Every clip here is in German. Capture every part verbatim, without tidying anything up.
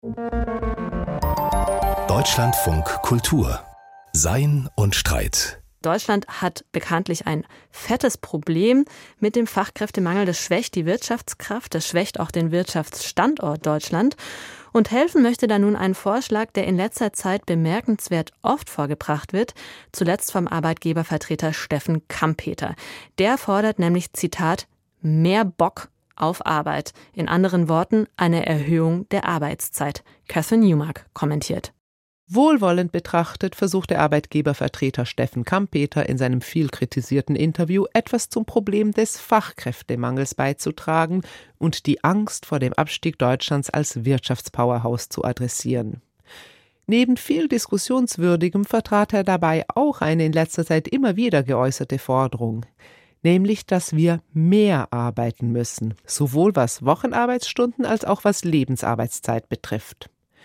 Deutschlandfunk Kultur. Sein und Streit. Deutschland hat bekanntlich ein fettes Problem mit dem Fachkräftemangel. Das schwächt die Wirtschaftskraft, das schwächt auch den Wirtschaftsstandort Deutschland. Und helfen möchte da nun ein Vorschlag, der in letzter Zeit bemerkenswert oft vorgebracht wird, zuletzt vom Arbeitgebervertreter Steffen Kampeter. Der fordert nämlich, Zitat, mehr Bock auf Arbeit. In anderen Worten, eine Erhöhung der Arbeitszeit. Catherine Newmark kommentiert. Wohlwollend betrachtet versucht der Arbeitgebervertreter Steffen Kampeter in seinem viel kritisierten Interview etwas zum Problem des Fachkräftemangels beizutragen und die Angst vor dem Abstieg Deutschlands als Wirtschaftspowerhouse zu adressieren. Neben viel Diskussionswürdigem vertrat er dabei auch eine in letzter Zeit immer wieder geäußerte Forderung, nämlich, dass wir mehr arbeiten müssen, sowohl was Wochenarbeitsstunden als auch was Lebensarbeitszeit betrifft.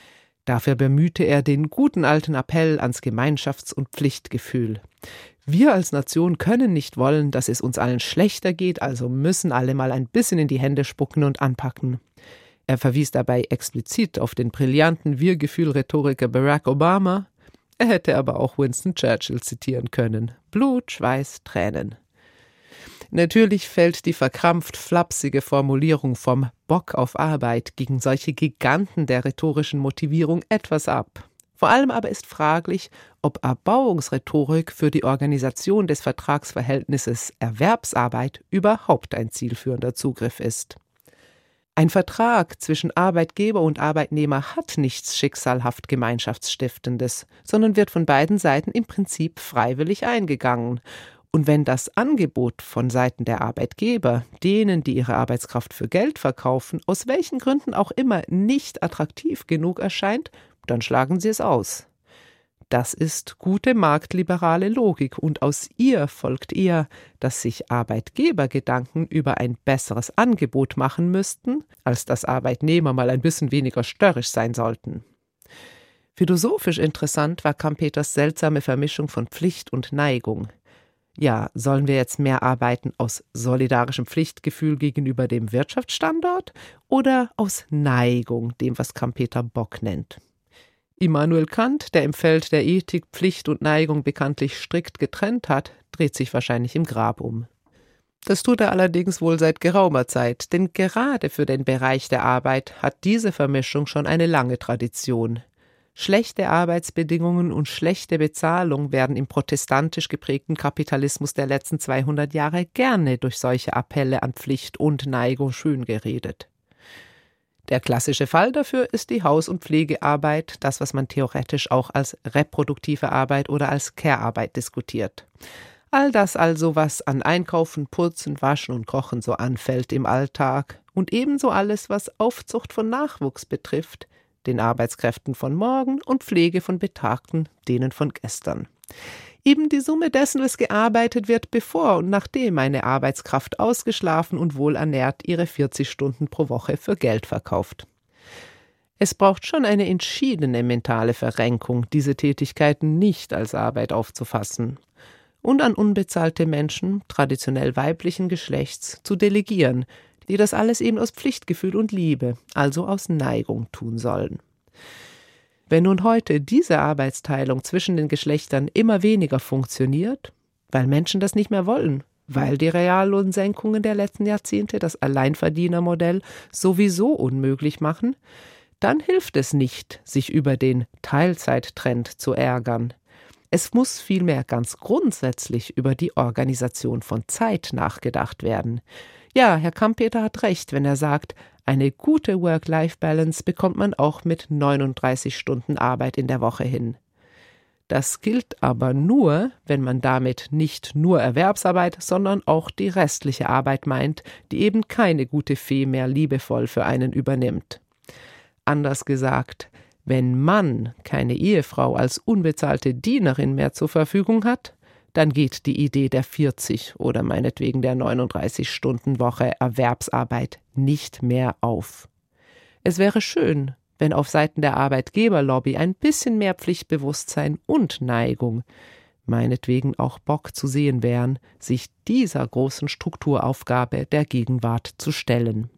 Dafür bemühte er den guten alten Appell ans Gemeinschafts- und Pflichtgefühl. Wir als Nation können nicht wollen, dass es uns allen schlechter geht, also müssen alle mal ein bisschen in die Hände spucken und anpacken. Er verwies dabei explizit auf den brillanten Wir-Gefühl-Rhetoriker Barack Obama. Er hätte aber auch Winston Churchill zitieren können. Blut, Schweiß, Tränen. Natürlich fällt die verkrampft flapsige Formulierung vom Bock auf Arbeit gegen solche Giganten der rhetorischen Motivierung etwas ab. Vor allem aber ist fraglich, ob Erbauungsrhetorik für die Organisation des Vertragsverhältnisses Erwerbsarbeit überhaupt ein zielführender Zugriff ist. Ein Vertrag zwischen Arbeitgeber und Arbeitnehmer hat nichts schicksalhaft Gemeinschaftsstiftendes, sondern wird von beiden Seiten im Prinzip freiwillig eingegangen. Und wenn das Angebot von Seiten der Arbeitgeber, denen, die ihre Arbeitskraft für Geld verkaufen, aus welchen Gründen auch immer nicht attraktiv genug erscheint, dann schlagen sie es aus. Das ist gute marktliberale Logik und aus ihr folgt eher, dass sich Arbeitgeber Gedanken über ein besseres Angebot machen müssten, als dass Arbeitnehmer mal ein bisschen weniger störrisch sein sollten. Philosophisch interessant war Kampeters seltsame Vermischung von Pflicht und Neigung. Ja, sollen wir jetzt mehr arbeiten aus solidarischem Pflichtgefühl gegenüber dem Wirtschaftsstandort oder aus Neigung, dem was Kampeter Bock nennt? Immanuel Kant, der im Feld der Ethik Pflicht und Neigung bekanntlich strikt getrennt hat, dreht sich wahrscheinlich im Grab um. Das tut er allerdings wohl seit geraumer Zeit, denn gerade für den Bereich der Arbeit hat diese Vermischung schon eine lange Tradition. Schlechte Arbeitsbedingungen und schlechte Bezahlung werden im protestantisch geprägten Kapitalismus der letzten zweihundert Jahre gerne durch solche Appelle an Pflicht und Neigung schöngeredet. Der klassische Fall dafür ist die Haus- und Pflegearbeit, das, was man theoretisch auch als reproduktive Arbeit oder als Care-Arbeit diskutiert. All das also, was an Einkaufen, Putzen, Waschen und Kochen so anfällt im Alltag und ebenso alles, was Aufzucht von Nachwuchs betrifft, den Arbeitskräften von morgen und Pflege von Betagten, denen von gestern. Eben die Summe dessen, was gearbeitet wird, bevor und nachdem eine Arbeitskraft ausgeschlafen und wohlernährt ihre vierzig Stunden pro Woche für Geld verkauft. Es braucht schon eine entschiedene mentale Verrenkung, diese Tätigkeiten nicht als Arbeit aufzufassen und an unbezahlte Menschen, traditionell weiblichen Geschlechts, zu delegieren, die das alles eben aus Pflichtgefühl und Liebe, also aus Neigung tun sollen. Wenn nun heute diese Arbeitsteilung zwischen den Geschlechtern immer weniger funktioniert, weil Menschen das nicht mehr wollen, weil die Reallohnsenkungen der letzten Jahrzehnte das Alleinverdienermodell sowieso unmöglich machen, dann hilft es nicht, sich über den Teilzeittrend zu ärgern. Es muss vielmehr ganz grundsätzlich über die Organisation von Zeit nachgedacht werden. Ja, Herr Kampeter hat recht, wenn er sagt, eine gute Work-Life-Balance bekommt man auch mit neununddreißig Stunden Arbeit in der Woche hin. Das gilt aber nur, wenn man damit nicht nur Erwerbsarbeit, sondern auch die restliche Arbeit meint, die eben keine gute Fee mehr liebevoll für einen übernimmt. Anders gesagt, wenn Mann keine Ehefrau als unbezahlte Dienerin mehr zur Verfügung hat, dann geht die Idee der vierzig oder meinetwegen der neununddreißig-Stunden-Woche Erwerbsarbeit nicht mehr auf. Es wäre schön, wenn auf Seiten der Arbeitgeberlobby ein bisschen mehr Pflichtbewusstsein und Neigung, meinetwegen auch Bock zu sehen wären, sich dieser großen Strukturaufgabe der Gegenwart zu stellen.